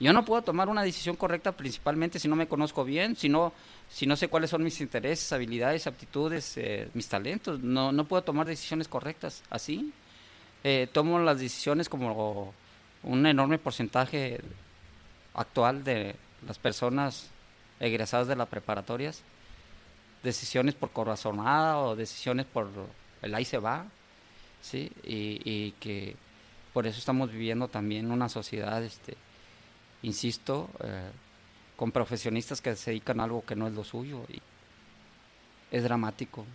Yo no puedo tomar una decisión correcta principalmente si no me conozco bien, si no sé cuáles son mis intereses, habilidades, aptitudes, mis talentos. No puedo tomar decisiones correctas así. Tomo las decisiones como un enorme porcentaje actual de las personas egresadas de las preparatorias, decisiones por corazonada o decisiones por el ahí se va, ¿sí? Y que por eso estamos viviendo también una sociedad, insisto, con profesionistas que se dedican a algo que no es lo suyo, y es dramático.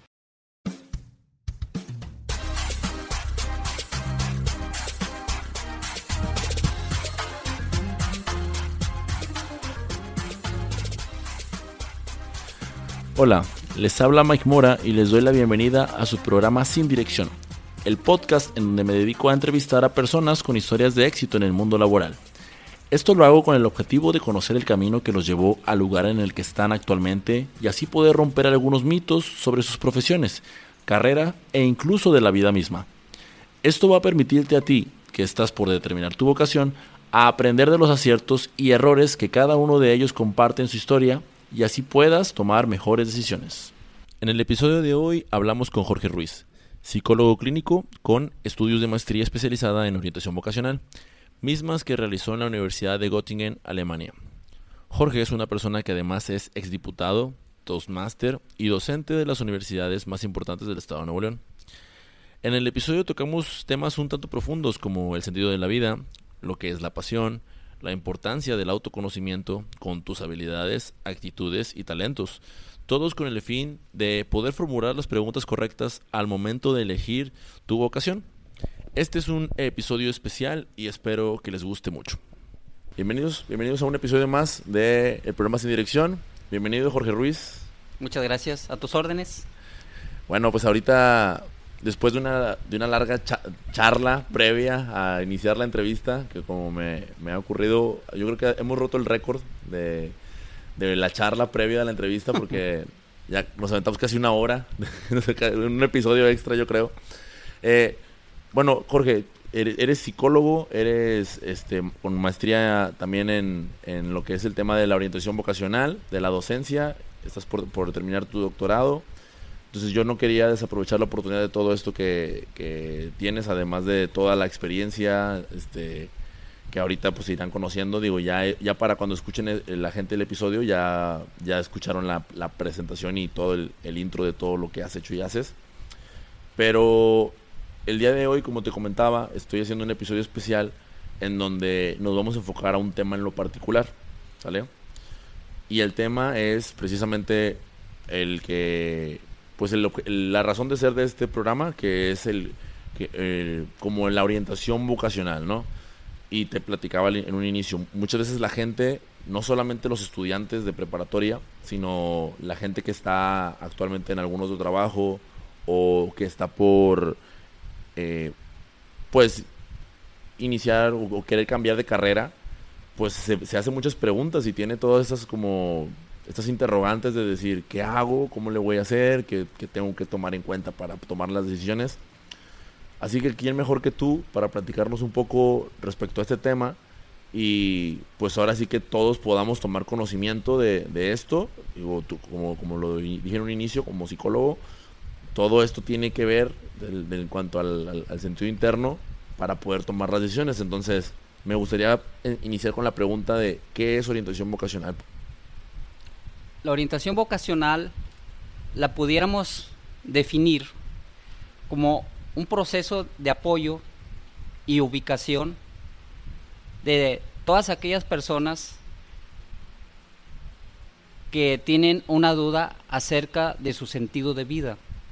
Hola, les habla Mike Mora y les doy la bienvenida a su programa Sin Dirección, el podcast en donde me dedico a entrevistar a personas con historias de éxito en el mundo laboral. Esto lo hago con el objetivo de conocer el camino que los llevó al lugar en el que están actualmente y así poder romper algunos mitos sobre sus profesiones, carrera e incluso de la vida misma. Esto va a permitirte a ti, que estás por determinar tu vocación, a aprender de los aciertos y errores que cada uno de ellos comparte en su historia y así puedas tomar mejores decisiones. En el episodio de hoy hablamos con Jorge Ruiz, psicólogo clínico con estudios de maestría especializada en orientación vocacional, mismas que realizó en la Universidad de Göttingen, Alemania. Jorge es una persona que además es exdiputado, Toastmaster y docente de las universidades más importantes del estado de Nuevo León. En el episodio tocamos temas un tanto profundos como el sentido de la vida, lo que es la pasión, la importancia del autoconocimiento con tus habilidades, actitudes y talentos, todos con el fin de poder formular las preguntas correctas al momento de elegir tu vocación. Este es un episodio especial y espero que les guste mucho. Bienvenidos a un episodio más del programa Sin Dirección. Bienvenido, Jorge Ruiz. Muchas gracias, a tus órdenes. Bueno, pues ahorita, después de una larga charla previa a iniciar la entrevista, que como me ha ocurrido, yo creo que hemos roto el récord de la charla previa a la entrevista porque ya nos aventamos casi una hora, un episodio extra yo creo. Bueno, Jorge, eres psicólogo, eres con maestría también en lo que es el tema de la orientación vocacional, de la docencia, estás por terminar tu doctorado. Entonces yo no quería desaprovechar la oportunidad de todo esto que tienes, además de toda la experiencia que ahorita pues irán conociendo. Digo, ya para cuando escuchen la gente el episodio ya escucharon la presentación y todo el intro de todo lo que has hecho y haces. Pero el día de hoy, como te comentaba, estoy haciendo un episodio especial en donde nos vamos a enfocar a un tema en lo particular, ¿sale? Y el tema es precisamente el que... pues la razón de ser de este programa, que es como la orientación vocacional, ¿no? Y te platicaba en un inicio, muchas veces la gente, no solamente los estudiantes de preparatoria, sino la gente que está actualmente en algún otro trabajo o que está por, pues, iniciar o querer cambiar de carrera, pues se hace muchas preguntas y tiene todas esas como... estas interrogantes de decir, ¿qué hago? ¿Cómo le voy a hacer? ¿Qué tengo que tomar en cuenta para tomar las decisiones? Así que ¿quién mejor que tú para platicarnos un poco respecto a este tema? Y pues ahora sí que todos podamos tomar conocimiento de esto. Digo, tú, como lo dije en un inicio, como psicólogo, todo esto tiene que ver en cuanto al sentido interno para poder tomar las decisiones. Entonces, me gustaría iniciar con la pregunta de ¿qué es orientación vocacional? La orientación vocacional la pudiéramos definir como un proceso de apoyo y ubicación de todas aquellas personas que tienen una duda acerca de su sentido de vida.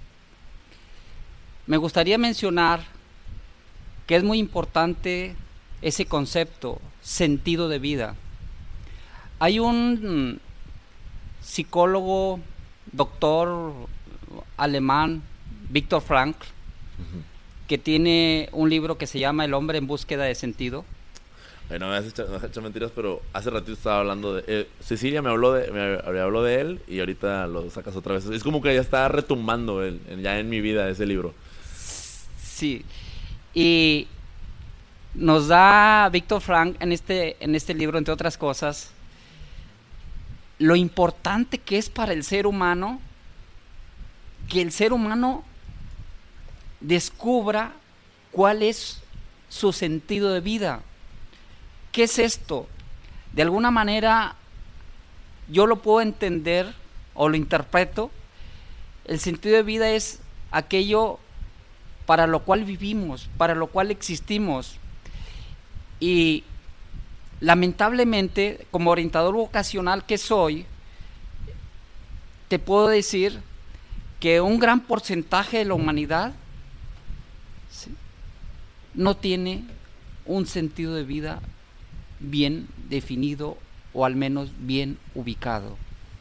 Me gustaría mencionar que es muy importante ese concepto, sentido de vida. Hay un psicólogo, doctor alemán, Viktor Frankl, que tiene un libro que se llama El hombre en búsqueda de sentido. No me has hecho mentiras, pero hace ratito estaba hablando de... Cecilia me habló de él y ahorita lo sacas otra vez. Es como que ya está retumbando ya en mi vida ese libro. Sí, y nos da Víctor Frank en este libro, entre otras cosas, lo importante que es para el ser humano que el ser humano descubra cuál es su sentido de vida. ¿Qué es esto? De alguna manera yo lo puedo entender o lo interpreto. El sentido de vida es aquello para lo cual vivimos, para lo cual existimos. Y lamentablemente, como orientador vocacional que soy, te puedo decir que un gran porcentaje de la humanidad, ¿sí?, no tiene un sentido de vida bien definido o al menos bien ubicado.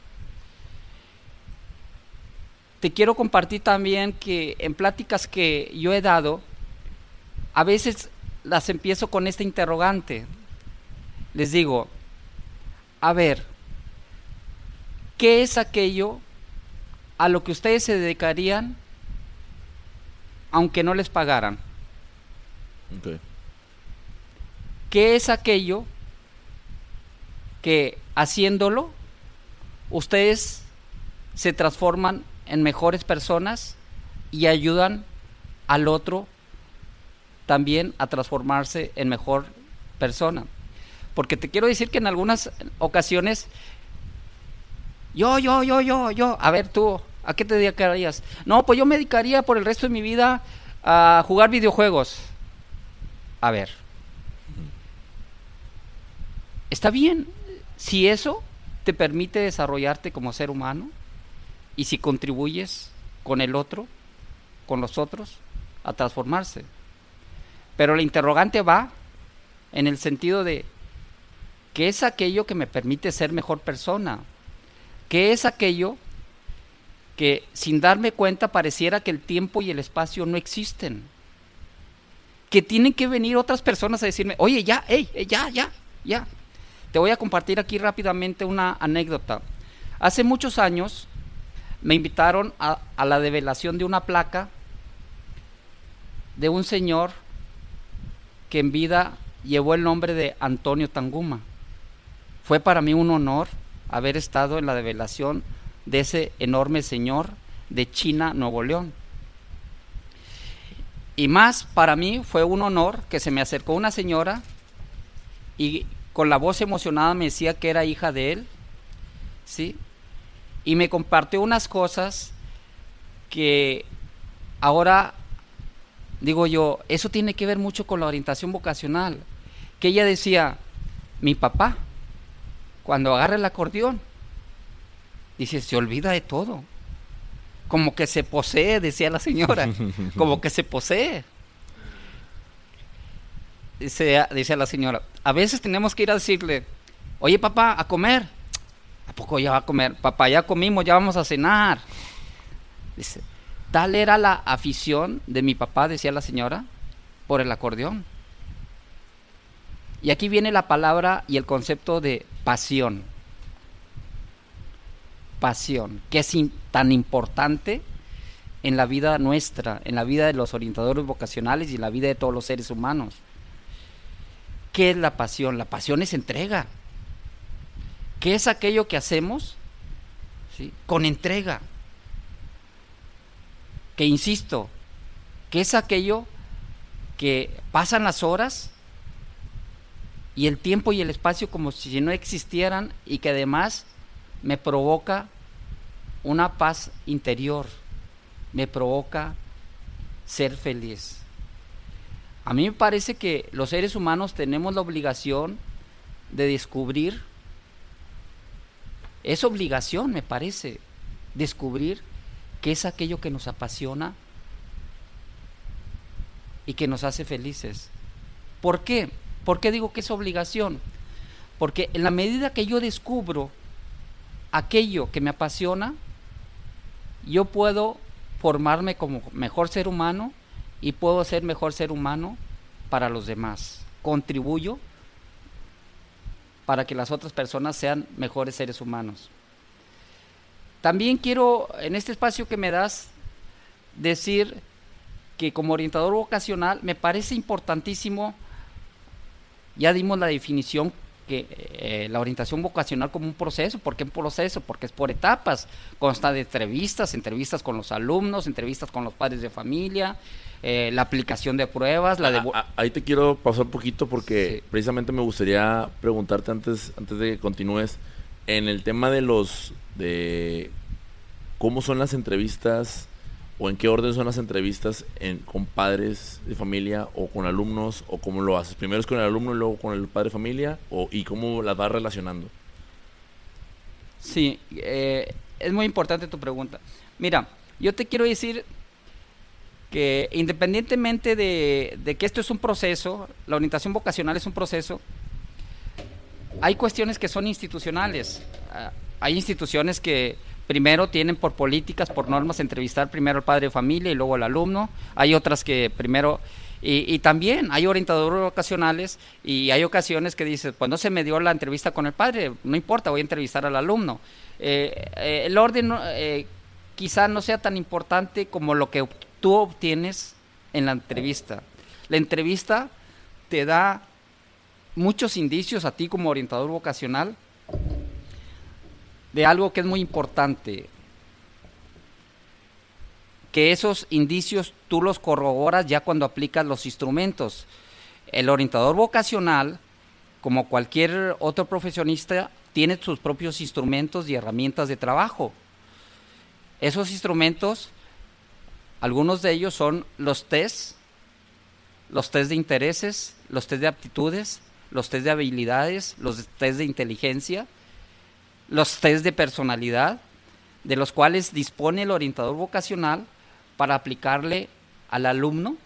Te quiero compartir también que en pláticas que yo he dado, a veces las empiezo con esta interrogante. Les digo, a ver, ¿qué es aquello a lo que ustedes se dedicarían aunque no les pagaran? Okay. ¿Qué es aquello que haciéndolo ustedes se transforman en mejores personas y ayudan al otro también a transformarse en mejor persona? Porque te quiero decir que en algunas ocasiones yo, a ver tú, ¿a qué te dedicarías? No, pues yo me dedicaría por el resto de mi vida a jugar videojuegos. A ver, está bien si eso te permite desarrollarte como ser humano y si contribuyes con el otro, con los otros, a transformarse. Pero la interrogante va en el sentido de ¿qué es aquello que me permite ser mejor persona? ¿Qué es aquello que sin darme cuenta pareciera que el tiempo y el espacio no existen? Que tienen que venir otras personas a decirme, oye, ya. Te voy a compartir aquí rápidamente una anécdota. Hace muchos años me invitaron a la develación de una placa de un señor que en vida llevó el nombre de Antonio Tanguma. Fue para mí un honor haber estado en la develación de ese enorme señor de China, Nuevo León. Y más para mí fue un honor que se me acercó una señora y con la voz emocionada me decía que era hija de él, ¿sí? Y me compartió unas cosas que ahora digo yo, eso tiene que ver mucho con la orientación vocacional. Que ella decía, mi papá, cuando agarra el acordeón, dice, se olvida de todo. Como que se posee, decía la señora, como que se posee. Dice la señora, a veces tenemos que ir a decirle, oye papá, a comer. ¿A poco ya va a comer? Papá, ya comimos, ya vamos a cenar. Dice, tal era la afición de mi papá, decía la señora, por el acordeón. Y aquí viene la palabra y el concepto de pasión. Pasión, que es tan importante en la vida nuestra, en la vida de los orientadores vocacionales y en la vida de todos los seres humanos. ¿Qué es la pasión? La pasión es entrega. ¿Qué es aquello que hacemos? ¿Sí?, con entrega. Que insisto, ¿qué es aquello que pasan las horas y el tiempo y el espacio como si no existieran y que además me provoca una paz interior, me provoca ser feliz? A mí me parece que los seres humanos tenemos la obligación de descubrir, es obligación, me parece, descubrir qué es aquello que nos apasiona y que nos hace felices. ¿Por qué? ¿Por qué digo que es obligación? Porque en la medida que yo descubro aquello que me apasiona, yo puedo formarme como mejor ser humano y puedo ser mejor ser humano para los demás. Contribuyo para que las otras personas sean mejores seres humanos. También quiero, en este espacio que me das, decir que como orientador vocacional me parece importantísimo ya dimos la definición que la orientación vocacional como un proceso. ¿Por qué un proceso? Porque es por etapas, consta de entrevistas con los alumnos, entrevistas con los padres de familia, la aplicación de pruebas, ahí te quiero pasar un poquito porque sí. precisamente me gustaría preguntarte antes de que continúes en el tema de cómo son las entrevistas o en qué orden son las entrevistas con padres de familia o con alumnos, o cómo lo haces. Primero es con el alumno y luego con el padre de familia, y cómo las vas relacionando. Sí, es muy importante tu pregunta. Mira, yo te quiero decir que independientemente de que esto es un proceso, la orientación vocacional es un proceso, hay cuestiones que son institucionales. Hay instituciones que primero tienen por políticas, por normas, entrevistar primero al padre de familia y luego al alumno. Hay otras que primero... Y también hay orientadores vocacionales y hay ocasiones que dices, pues no se me dio la entrevista con el padre, no importa, voy a entrevistar al alumno. El orden quizá no sea tan importante como lo que tú obtienes en la entrevista. La entrevista te da muchos indicios a ti como orientador vocacional de algo que es muy importante, que esos indicios tú los corroboras ya cuando aplicas los instrumentos. El orientador vocacional, como cualquier otro profesionista, tiene sus propios instrumentos y herramientas de trabajo. Esos instrumentos, algunos de ellos son los test de intereses, los test de aptitudes, los test de habilidades, los test de inteligencia, los test de personalidad, de los cuales dispone el orientador vocacional para aplicarle al alumno.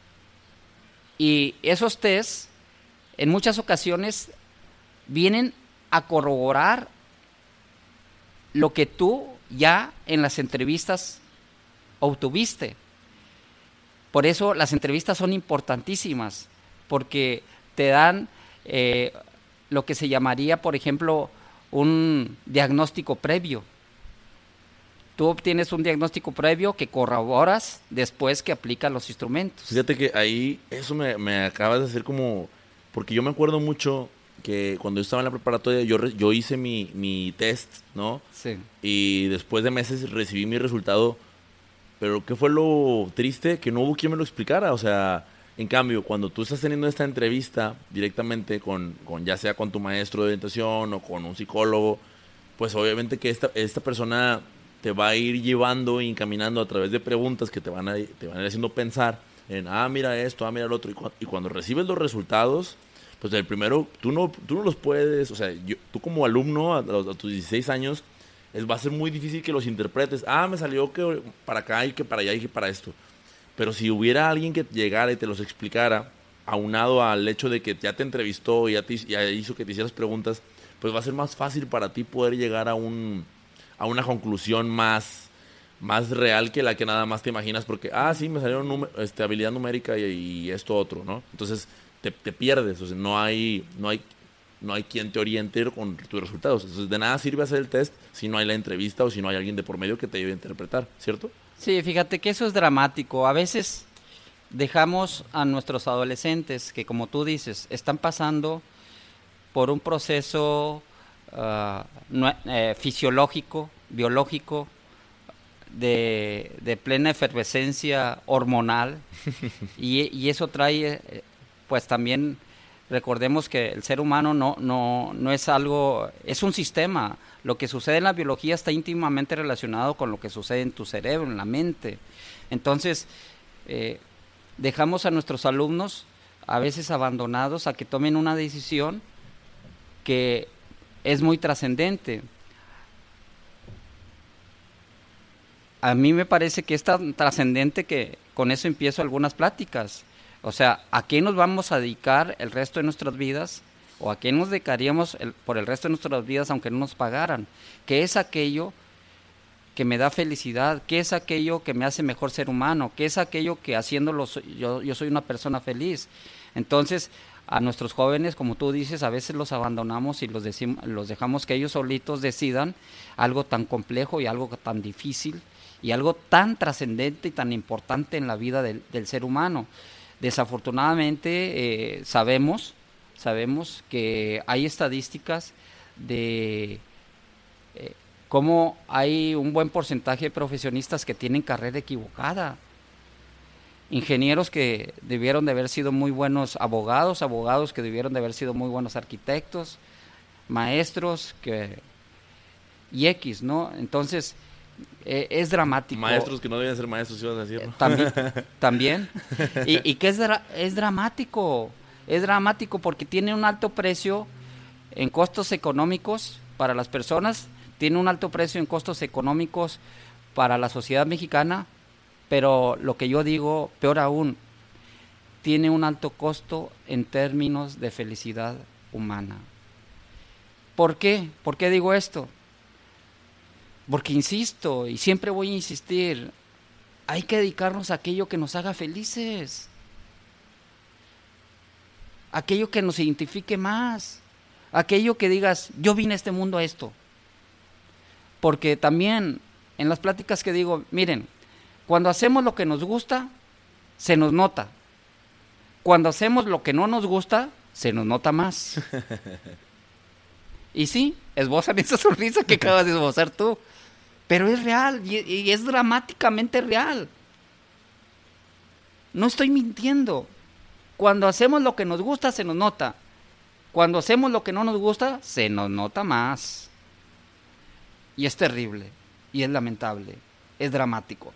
Y esos test en muchas ocasiones vienen a corroborar lo que tú ya en las entrevistas obtuviste. Por eso las entrevistas son importantísimas, porque te dan lo que se llamaría, por ejemplo, un diagnóstico previo. Tú obtienes un diagnóstico previo que corroboras después que aplicas los instrumentos. Fíjate que ahí eso me acabas de hacer como... Porque yo me acuerdo mucho que cuando yo estaba en la preparatoria yo hice mi test, ¿no? Sí. Y después de meses recibí mi resultado. Pero ¿qué fue lo triste? Que no hubo quien me lo explicara. O sea, en cambio, cuando tú estás teniendo esta entrevista directamente con ya sea con tu maestro de orientación o con un psicólogo, pues obviamente que esta persona te va a ir llevando y encaminando a través de preguntas que te van a ir haciendo pensar en, mira esto, mira lo otro. Y cuando recibes los resultados, pues el primero, tú no los puedes, o sea, tú como alumno a tus 16 años, va a ser muy difícil que los interpretes. Me salió que para acá y que para allá y que para esto. Pero si hubiera alguien que llegara y te los explicara, aunado al hecho de que ya te entrevistó y ya hizo que te hicieras preguntas, pues va a ser más fácil para ti poder llegar a una conclusión más real que la que nada más te imaginas, porque, sí, me salió habilidad numérica y esto otro, ¿no? Entonces te pierdes, o sea, no hay quien te oriente con tus resultados. Entonces, de nada sirve hacer el test si no hay la entrevista o si no hay alguien de por medio que te ayude a interpretar, ¿cierto? Sí, fíjate que eso es dramático. A veces dejamos a nuestros adolescentes que, como tú dices, están pasando por un proceso fisiológico, biológico, de plena efervescencia hormonal, y eso trae, pues también, recordemos que el ser humano no es algo, es un sistema. Lo que sucede en la biología está íntimamente relacionado con lo que sucede en tu cerebro, en la mente. Entonces, dejamos a nuestros alumnos a veces abandonados a que tomen una decisión que es muy trascendente. A mí me parece que es tan trascendente que con eso empiezo algunas pláticas. O sea, ¿a qué nos vamos a dedicar el resto de nuestras vidas? ¿O a qué nos dedicaríamos por el resto de nuestras vidas aunque no nos pagaran? ¿Qué es aquello que me da felicidad? ¿Qué es aquello que me hace mejor ser humano? ¿Qué es aquello que haciéndolo yo soy una persona feliz? Entonces, a nuestros jóvenes, como tú dices, a veces los abandonamos y los dejamos que ellos solitos decidan algo tan complejo y algo tan difícil y algo tan trascendente y tan importante en la vida del ser humano. Desafortunadamente sabemos sabemos que hay estadísticas de cómo hay un buen porcentaje de profesionistas que tienen carrera equivocada. Ingenieros que debieron de haber sido muy buenos abogados, abogados que debieron de haber sido muy buenos arquitectos, maestros y X, ¿no? Entonces, es dramático. Maestros que no deben ser maestros, ibas a decir, ¿no? También. Y que es dramático. Es dramático porque tiene un alto precio en costos económicos para las personas, tiene un alto precio en costos económicos para la sociedad mexicana, pero lo que yo digo, peor aún, tiene un alto costo en términos de felicidad humana. ¿Por qué? ¿Por qué digo esto? Porque insisto, y siempre voy a insistir, hay que dedicarnos a aquello que nos haga felices, aquello que nos identifique más, aquello que digas, yo vine a este mundo a esto. Porque también en las pláticas que digo, miren, cuando hacemos lo que nos gusta, se nos nota. Cuando hacemos lo que no nos gusta, se nos nota más. Y sí, esbozan esa sonrisa que acabas de esbozar tú. Pero es real y es dramáticamente real. No estoy mintiendo. Cuando hacemos lo que nos gusta, se nos nota. Cuando hacemos lo que no nos gusta, se nos nota más. Y es terrible, y es lamentable, es dramático.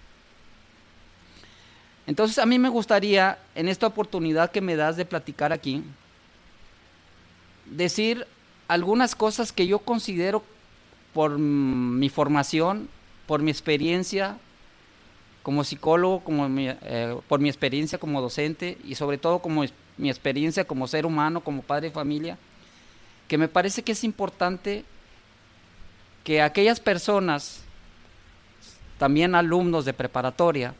Entonces a mí me gustaría, en esta oportunidad que me das de platicar aquí, decir algunas cosas que yo considero por mi formación, por mi experiencia como psicólogo, por mi experiencia como docente y sobre todo como mi experiencia como ser humano, como padre de familia, que me parece que es importante que aquellas personas, también alumnos de preparatoria,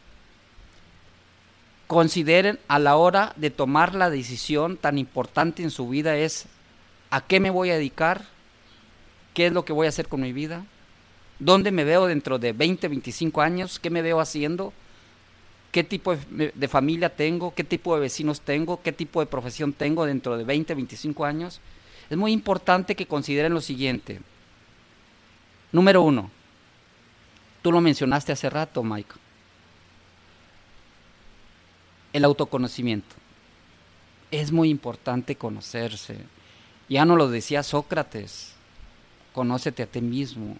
consideren a la hora de tomar la decisión tan importante en su vida es ¿a qué me voy a dedicar? ¿Qué es lo que voy a hacer con mi vida? ¿Dónde me veo dentro de 20, 25 años? ¿Qué me veo haciendo? ¿Qué tipo de familia tengo? ¿Qué tipo de vecinos tengo? ¿Qué tipo de profesión tengo dentro de 20, 25 años? Es muy importante que consideren lo siguiente. Número 1, tú lo mencionaste hace rato, Mike, el autoconocimiento. Es muy importante conocerse. Ya nos lo decía Sócrates, conócete a ti mismo.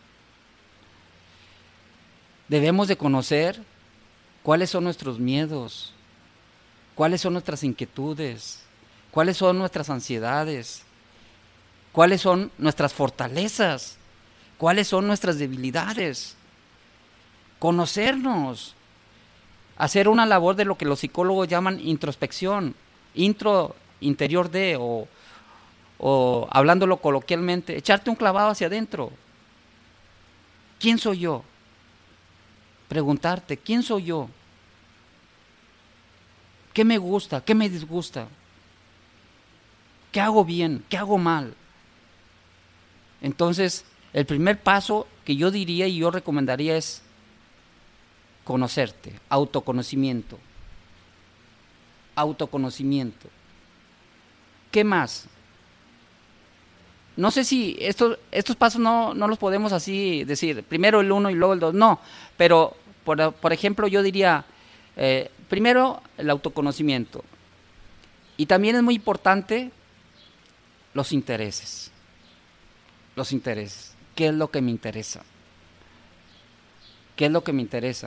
Debemos de conocer cuáles son nuestros miedos, cuáles son nuestras inquietudes, cuáles son nuestras ansiedades, cuáles son nuestras fortalezas, cuáles son nuestras debilidades. Conocernos, hacer una labor de lo que los psicólogos llaman introspección, interior de, o hablándolo coloquialmente, echarte un clavado hacia adentro. ¿Quién soy yo? Preguntarte, ¿quién soy yo? ¿Qué me gusta? ¿Qué me disgusta? ¿Qué hago bien? ¿Qué hago mal? Entonces, el primer paso que yo diría y yo recomendaría es conocerte, autoconocimiento. Autoconocimiento. ¿Qué más? No sé si estos pasos no los podemos así decir, primero el 1 y luego el 2, no, pero por ejemplo yo diría, primero el autoconocimiento. Y también es muy importante los intereses. Los intereses. ¿Qué es lo que me interesa? ¿Qué es lo que me interesa?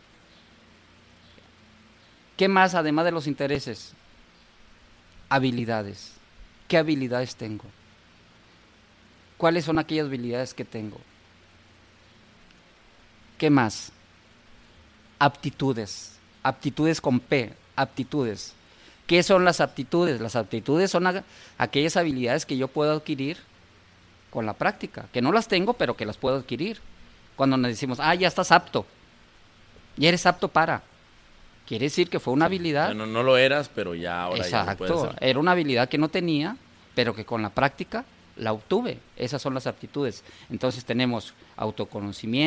¿Qué más además de los intereses? Habilidades. ¿Qué habilidades tengo? ¿Cuáles son aquellas habilidades que tengo? ¿Qué más? Aptitudes. Aptitudes con P. Aptitudes. ¿Qué son las aptitudes? Las aptitudes son aquellas habilidades que yo puedo adquirir con la práctica, que no las tengo, pero que las puedo adquirir. Cuando nos decimos, ya estás apto, ya eres apto para. Quiere decir que fue una habilidad. Bueno, no lo eras, pero ya ahora exacto, ya lo puedes hacer. Era una habilidad que no tenía, pero que con la práctica la obtuve. Esas son las aptitudes. Entonces tenemos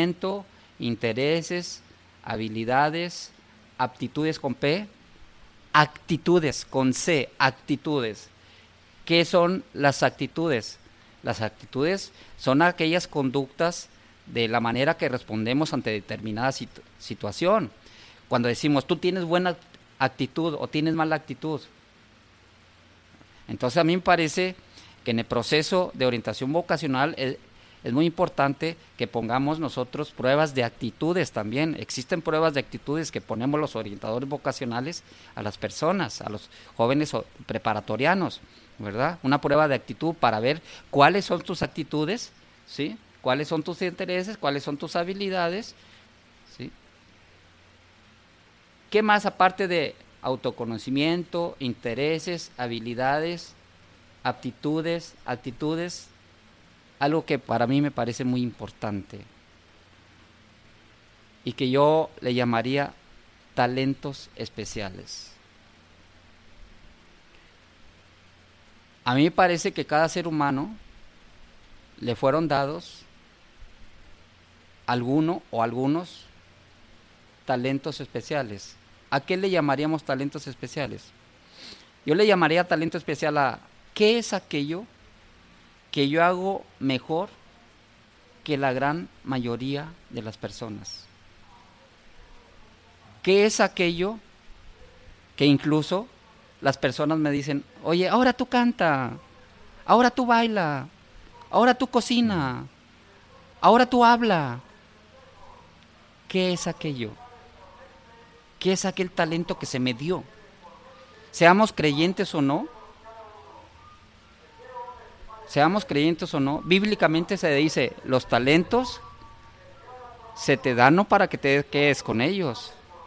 autoconocimiento, intereses, habilidades, aptitudes con P, actitudes, con C, actitudes. ¿Qué son las actitudes? Las actitudes son aquellas conductas de la manera que respondemos ante determinada situación. Cuando decimos, tú tienes buena actitud o tienes mala actitud. Entonces a mí me parece que en el proceso de orientación vocacional es muy importante que pongamos nosotros pruebas de actitudes también. Existen pruebas de actitudes que ponemos los orientadores vocacionales a las personas, a los jóvenes preparatorianos, ¿verdad? Una prueba de actitud para ver cuáles son tus actitudes, ¿sí? Cuáles son tus intereses, cuáles son tus habilidades, ¿sí? ¿Qué más aparte de autoconocimiento, intereses, habilidades, aptitudes, actitudes? Algo que para mí me parece muy importante y que yo le llamaría talentos especiales. A mí me parece que cada ser humano le fueron dados alguno o algunos talentos especiales. ¿A qué le llamaríamos talentos especiales? Yo le llamaría talento especial a ¿qué es aquello que yo hago mejor que la gran mayoría de las personas? ¿Qué es aquello que incluso las personas me dicen, oye, ahora tú canta, ahora tú baila, ahora tú cocina, ahora tú habla? ¿Qué es aquello? ¿Qué es aquel talento que se me dio? Seamos creyentes o no, bíblicamente se dice, los talentos se te dan no para que te quedes con ellos,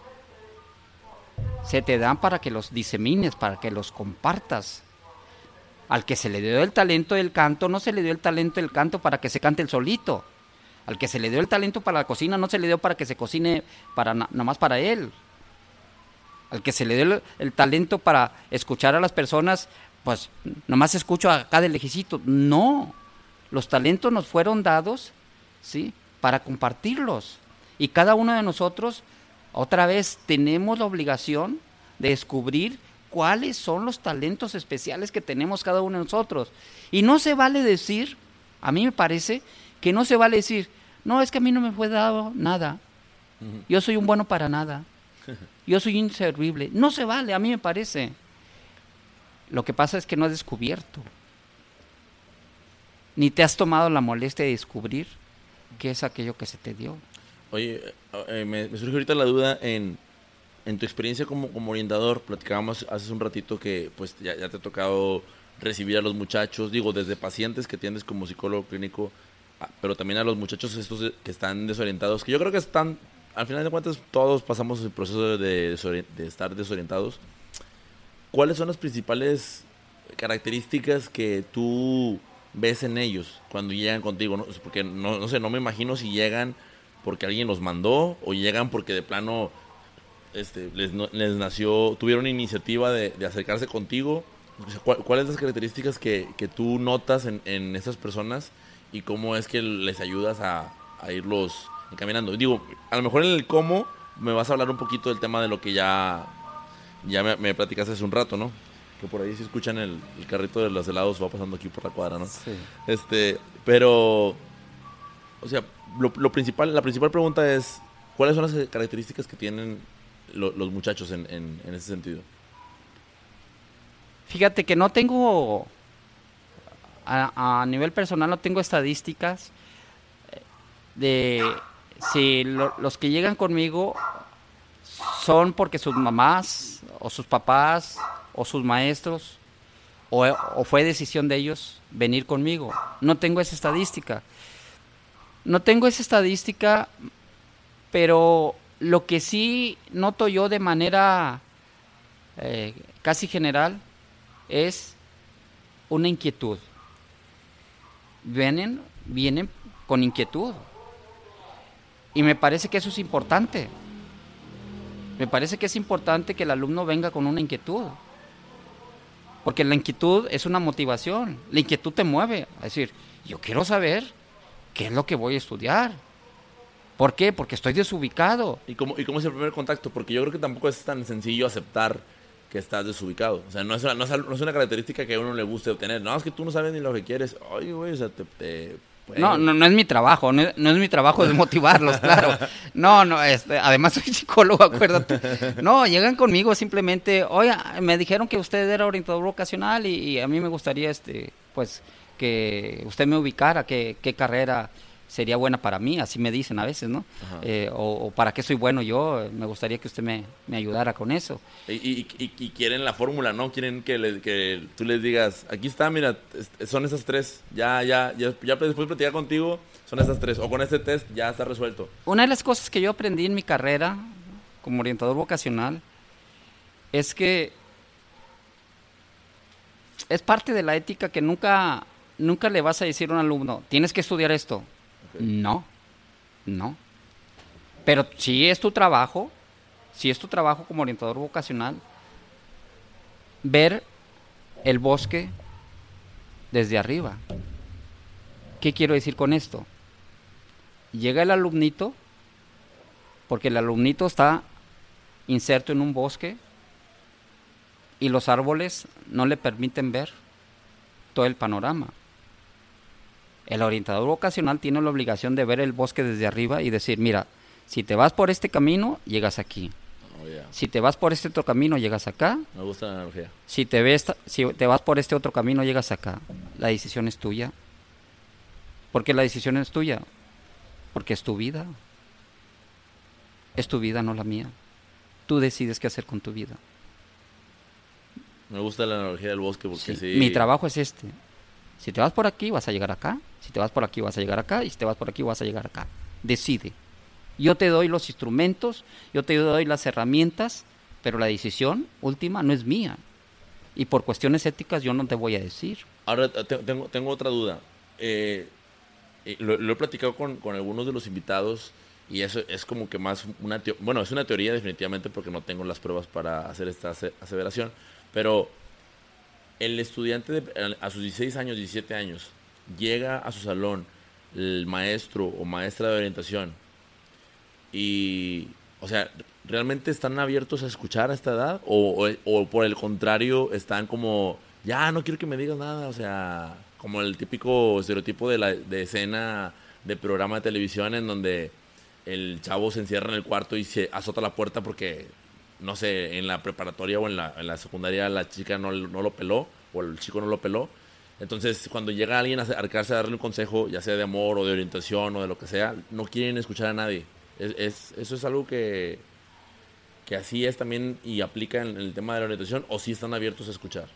se te dan para que los disemines, para que los compartas. Al que se le dio el talento del canto, no se le dio el talento del canto para que se cante el solito. Al que se le dio el talento para la cocina, no se le dio para que se cocine nomás para él. Al que se le dio el talento para escuchar a las personas, pues nomás escucho acá de lejecito. No, los talentos nos fueron dados, ¿sí?, para compartirlos. Y cada uno de nosotros, otra vez, tenemos la obligación de descubrir cuáles son los talentos especiales que tenemos cada uno de nosotros. Y no se vale decir, a mí me parece, que no se vale decir, no, es que a mí no me fue dado nada. Yo soy un bueno para nada. Yo soy inservible. No se vale, a mí me parece. Lo que pasa es que no has descubierto, ni te has tomado la molestia de descubrir qué es aquello que se te dio. Oye, me surge ahorita la duda en tu experiencia como orientador. Platicábamos hace un ratito que pues ya te ha tocado recibir a los muchachos, digo, desde pacientes que atiendes como psicólogo clínico, pero también a los muchachos estos que están desorientados, que yo creo que están, al final de cuentas, todos pasamos el proceso de estar desorientados. ¿Cuáles son las principales características que tú ves en ellos cuando llegan contigo? ¿No? Porque no sé, no me imagino si llegan porque alguien los mandó o llegan porque de plano les nació, tuvieron iniciativa de acercarse contigo. O sea, ¿cuáles son las características que tú notas en esas personas y cómo es que les ayudas a irlos encaminando? Digo, a lo mejor en el cómo me vas a hablar un poquito del tema de lo que ya me platicaste hace un rato, ¿no? Que por ahí si escuchan el carrito de los helados va pasando aquí por la cuadra, ¿no? Sí. Pero, o sea, la principal pregunta es, ¿cuáles son las características que tienen los muchachos en ese sentido? Fíjate que no tengo, a nivel personal no tengo estadísticas de si los que llegan conmigo son porque sus mamás o sus papás o sus maestros o fue decisión de ellos venir conmigo. No tengo esa estadística. Pero lo que sí noto yo de manera casi general es una inquietud. Vienen con inquietud. Y me parece que eso es importante. Me parece que es importante que el alumno venga con una inquietud. Porque la inquietud es una motivación. La inquietud te mueve a decir, yo quiero saber qué es lo que voy a estudiar. ¿Por qué? Porque estoy desubicado. ¿Y cómo es el primer contacto? Porque yo creo que tampoco es tan sencillo aceptar que estás desubicado. O sea, no es una característica que a uno le guste obtener. No, es que tú no sabes ni lo que quieres. Oye, güey, o sea, no es mi trabajo, no es mi trabajo desmotivarlos, claro. No, además soy psicólogo, acuérdate. No, llegan conmigo simplemente, oye, me dijeron que usted era orientador vocacional y a mí me gustaría, pues, que usted me ubicara, qué carrera sería buena para mí, así me dicen a veces, ¿no? O para qué soy bueno yo, me gustaría que usted me ayudara con eso. Y quieren la fórmula, ¿no? Quieren que tú les digas, aquí está, mira, son esas 3, ya después de platicar contigo, son esas 3, o con este test ya está resuelto. Una de las cosas que yo aprendí en mi carrera como orientador vocacional es que es parte de la ética que nunca le vas a decir a un alumno, tienes que estudiar esto. Okay. No. Pero si es tu trabajo como orientador vocacional, ver el bosque desde arriba. ¿Qué quiero decir con esto? Llega el alumnito, porque el alumnito está inserto en un bosque y los árboles no le permiten ver todo el panorama. El orientador vocacional tiene la obligación de ver el bosque desde arriba y decir, mira, si te vas por este camino, llegas aquí. Oh, yeah. Si te vas por este otro camino, llegas acá. Me gusta la analogía. Si te vas por este otro camino, llegas acá. La decisión es tuya. ¿Por qué la decisión es tuya? Porque es tu vida. Es tu vida, no la mía. Tú decides qué hacer con tu vida. Me gusta la analogía del bosque porque sí. Mi trabajo es este. Si te vas por aquí, vas a llegar acá. Si te vas por aquí, vas a llegar acá. Y si te vas por aquí, vas a llegar acá. Decide. Yo te doy los instrumentos, yo te doy las herramientas, pero la decisión última no es mía. Y por cuestiones éticas yo no te voy a decir. Ahora, tengo otra duda. Lo he platicado con algunos de los invitados y eso es como que más es una teoría definitivamente porque no tengo las pruebas para hacer esta aseveración, pero el estudiante a sus 16 años, 17 años, llega a su salón el maestro o maestra de orientación y, o sea, ¿realmente están abiertos a escuchar a esta edad? ¿O por el contrario están como, ya no quiero que me digas nada? O sea, como el típico estereotipo de escena de programa de televisión en donde el chavo se encierra en el cuarto y se azota la puerta porque, no sé, en la preparatoria o en la secundaria la chica no lo peló o el chico no lo peló. Entonces, cuando llega alguien a acercarse a darle un consejo, ya sea de amor o de orientación o de lo que sea, no quieren escuchar a nadie. Eso es algo que así es también y aplica en el tema de la orientación, o sí están abiertos a escuchar.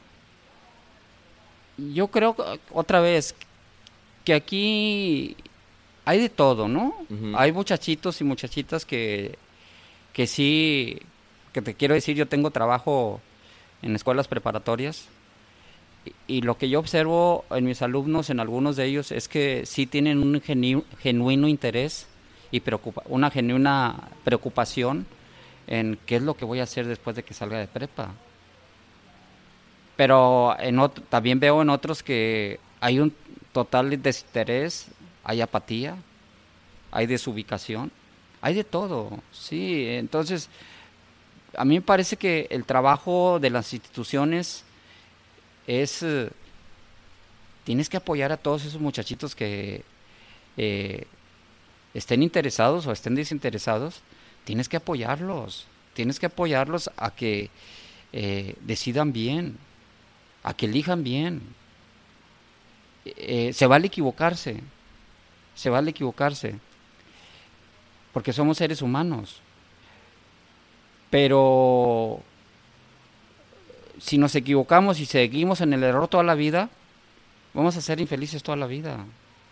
Yo creo, otra vez, que aquí hay de todo, ¿no? Uh-huh. Hay muchachitos y muchachitas que sí, que te quiero decir, yo tengo trabajo en escuelas preparatorias y lo que yo observo en mis alumnos, en algunos de ellos, es que sí tienen un genuino interés y una genuina preocupación en qué es lo que voy a hacer después de que salga de prepa. Pero también veo en otros que hay un total desinterés, hay apatía, hay desubicación, hay de todo, sí. Entonces, a mí me parece que el trabajo de las instituciones es, tienes que apoyar a todos esos muchachitos que estén interesados o estén desinteresados, tienes que apoyarlos a que decidan bien, a que elijan bien. Se vale equivocarse, porque somos seres humanos, pero si nos equivocamos y seguimos en el error toda la vida, vamos a ser infelices toda la vida.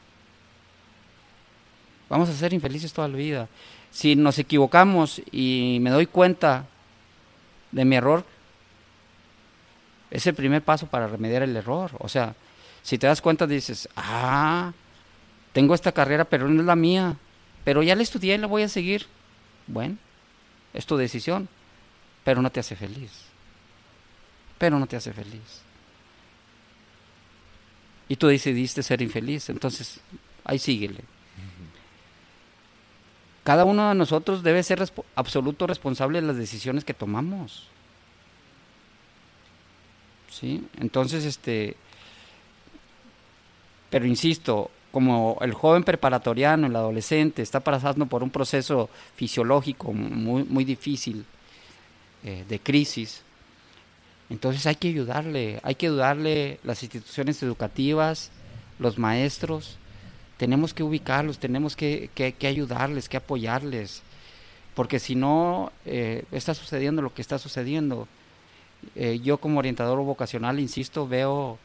Si nos equivocamos y me doy cuenta de mi error, es el primer paso para remediar el error. O sea, si te das cuenta dices, tengo esta carrera pero no es la mía, pero ya la estudié y la voy a seguir. Bueno, es tu decisión, pero no te hace feliz. Y tú decidiste ser infeliz, entonces ahí síguele. Cada uno de nosotros debe ser absoluto responsable de las decisiones que tomamos. ¿sí? Entonces, pero insisto, como el joven preparatoriano, el adolescente, está pasando por un proceso fisiológico muy, muy difícil, de crisis, entonces hay que ayudarle las instituciones educativas, los maestros, tenemos que ubicarlos, tenemos que ayudarles, que apoyarles, porque si no, está sucediendo lo que está sucediendo. Yo como orientador vocacional, insisto, veo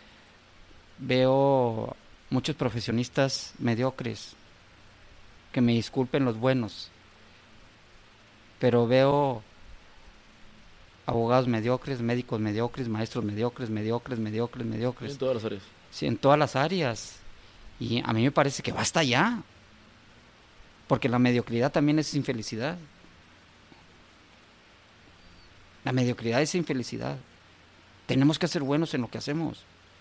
muchos profesionistas mediocres, que me disculpen los buenos, pero veo abogados mediocres, médicos mediocres, maestros mediocres. En todas las áreas. Sí, en todas las áreas. Y a mí me parece que basta ya, porque la mediocridad también es infelicidad. La mediocridad es infelicidad. Tenemos que ser buenos en lo que hacemos.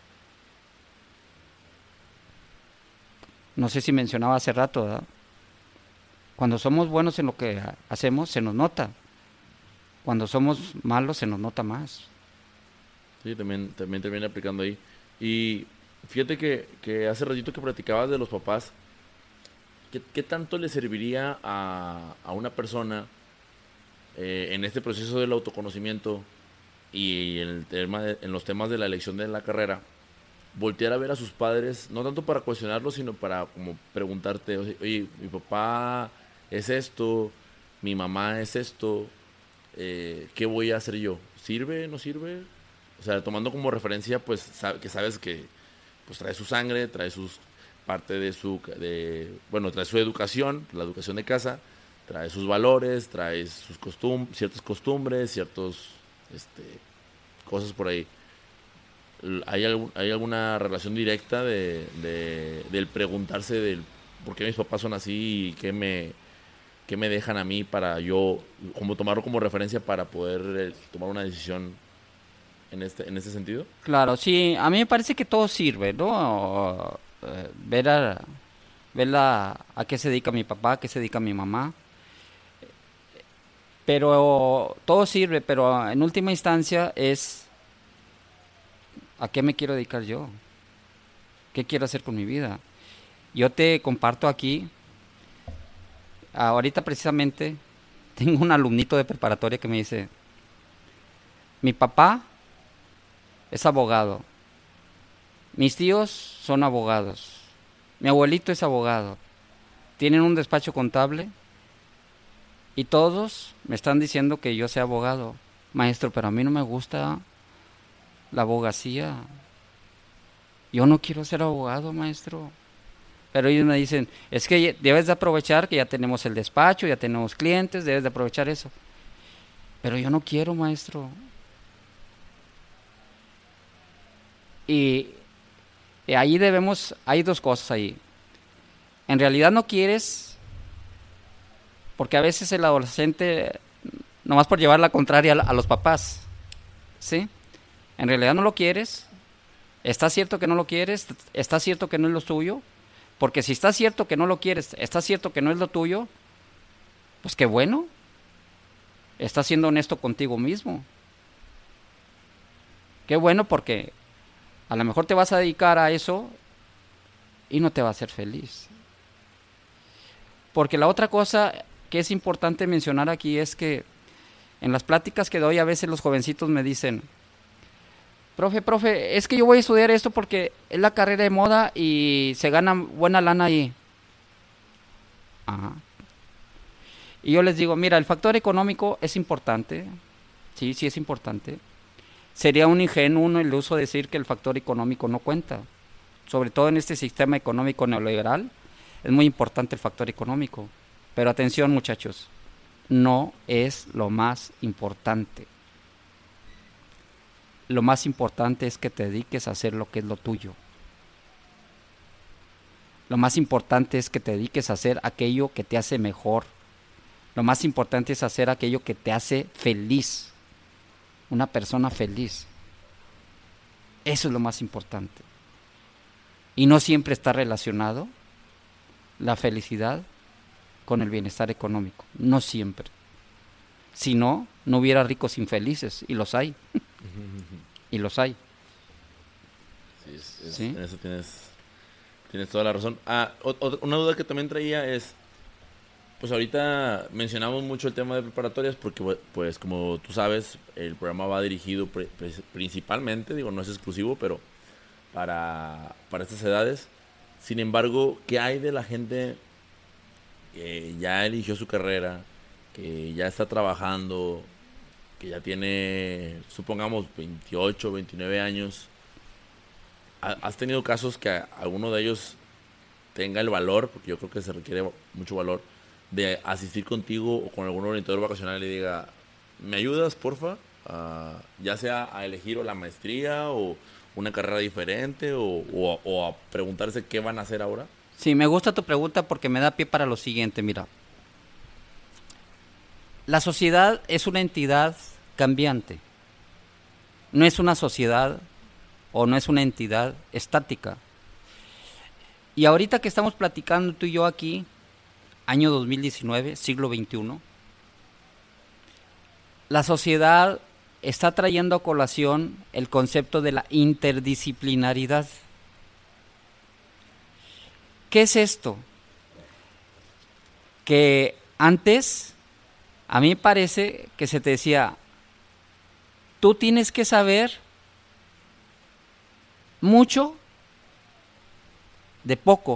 No sé si mencionaba hace rato, ¿verdad? Cuando somos buenos en lo que hacemos, se nos nota. Cuando somos malos, se nos nota más. Sí, también termina aplicando ahí. Y fíjate que hace ratito que platicabas de los papás, ¿qué tanto le serviría a una persona en este proceso del autoconocimiento y en los temas de la elección de la carrera, voltear a ver a sus padres, no tanto para cuestionarlos, sino para como preguntarte, oye, mi papá es esto, mi mamá es esto, ¿qué voy a hacer yo? ¿Sirve? ¿No sirve? O sea, tomando como referencia, pues, que sabes que pues trae su sangre, trae parte trae su educación, la educación de casa, trae sus valores, trae ciertas costumbres, cosas por ahí. ¿Hay alguna relación directa del preguntarse del por qué mis papás son así y qué me dejan a mí para yo como tomarlo como referencia para poder tomar una decisión en este sentido? Claro, sí, a mí me parece que todo sirve, ¿no? Ver a qué se dedica mi papá, a qué se dedica mi mamá. Pero todo sirve, pero en última instancia es ¿a qué me quiero dedicar yo? ¿Qué quiero hacer con mi vida? Yo te comparto aquí, ahorita precisamente tengo un alumnito de preparatoria que me dice, mi papá es abogado, mis tíos son abogados, mi abuelito es abogado, tienen un despacho contable y todos me están diciendo que yo sea abogado. Maestro, pero a mí no me gusta la abogacía. Yo no quiero ser abogado, maestro. Pero ellos me dicen, es que debes de aprovechar que ya tenemos el despacho, ya tenemos clientes, debes de aprovechar eso. Pero yo no quiero, maestro. Y ahí hay dos cosas ahí. En realidad no quieres, porque a veces el adolescente, nomás por llevar la contraria a los papás, ¿sí? En realidad no lo quieres, está cierto que no lo quieres, está cierto que no es lo tuyo, porque si está cierto que no lo quieres, está cierto que no es lo tuyo, pues qué bueno, estás siendo honesto contigo mismo. Qué bueno, porque a lo mejor te vas a dedicar a eso y no te va a hacer feliz. Porque la otra cosa que es importante mencionar aquí es que en las pláticas que doy a veces los jovencitos me dicen, profe, es que yo voy a estudiar esto porque es la carrera de moda y se gana buena lana ahí. Ajá. Y yo les digo, mira, el factor económico es importante, sí es importante. Sería un ingenuo el uso de decir que el factor económico no cuenta. Sobre todo en este sistema económico neoliberal, es muy importante el factor económico. Pero atención, muchachos, no es lo más importante. Lo más importante es que te dediques a hacer lo que es lo tuyo. Lo más importante es que te dediques a hacer aquello que te hace mejor. Lo más importante es hacer aquello que te hace feliz. Una persona feliz. Eso es lo más importante. Y no siempre está relacionado la felicidad con el bienestar económico. No siempre. Si no, no hubiera ricos infelices, y los hay. Y los hay. Sí, en eso tienes toda la razón. Una duda que también traía es, pues ahorita mencionamos mucho el tema de preparatorias porque, pues como tú sabes, el programa va dirigido principalmente, digo, no es exclusivo, pero para estas edades. Sin embargo, ¿qué hay de la gente que ya eligió su carrera, que ya está trabajando, que ya tiene, supongamos, 28, 29 años? ¿Has tenido casos que alguno de ellos tenga el valor, porque yo creo que se requiere mucho valor, de asistir contigo o con algún orientador vacacional y diga, ¿me ayudas, porfa? Ya sea a elegir o la maestría o una carrera diferente o a preguntarse qué van a hacer ahora? Sí, me gusta tu pregunta porque me da pie para lo siguiente, mira. La sociedad es una entidad cambiante. No es una sociedad o no es una entidad estática. Y ahorita que estamos platicando tú y yo aquí, año 2019, siglo XXI, la sociedad está trayendo a colación el concepto de la interdisciplinaridad. ¿Qué es esto? Que antes, a mí me parece que se te decía, tú tienes que saber mucho de poco.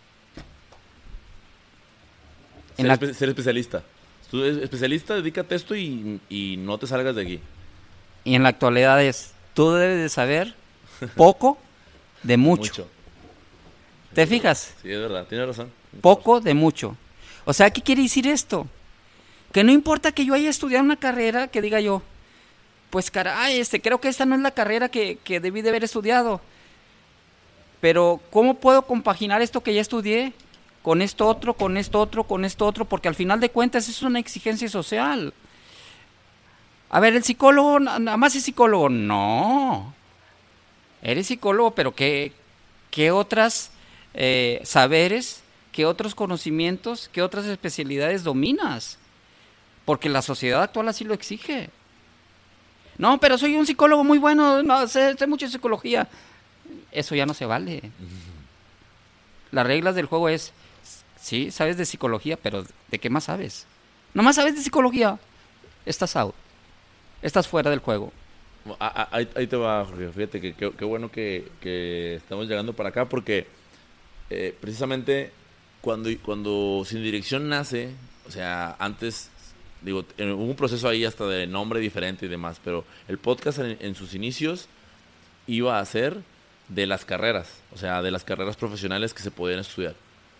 Ser especialista. Tú eres especialista, dedícate a esto y no te salgas de aquí. Y en la actualidad tú debes de saber poco de mucho. ¿Te fijas? Sí, es verdad, tienes razón. Poco de mucho. O sea, ¿qué quiere decir esto? Que no importa que yo haya estudiado una carrera, que diga yo, pues caray, creo que esta no es la carrera que debí de haber estudiado. Pero, ¿cómo puedo compaginar esto que ya estudié con esto otro, con esto otro, con esto otro? Porque al final de cuentas es una exigencia social. A ver, el psicólogo, nada más es psicólogo. No. Eres psicólogo, pero ¿qué otras saberes, qué otros conocimientos, qué otras especialidades dominas? Porque la sociedad actual así lo exige. No, pero soy un psicólogo muy bueno, no, sé mucho de psicología. Eso ya no se vale. Las reglas del juego es, sí, sabes de psicología, pero ¿de qué más sabes? ¿Nomás sabes de psicología? Estás out. Estás fuera del juego. Ahí te va, Jorge. Fíjate que qué bueno que estamos llegando para acá porque precisamente cuando Sin Dirección nace, o sea, antes, digo, hubo un proceso ahí hasta de nombre diferente y demás, pero el podcast en sus inicios iba a ser de las carreras, o sea, de las carreras profesionales que se podían estudiar.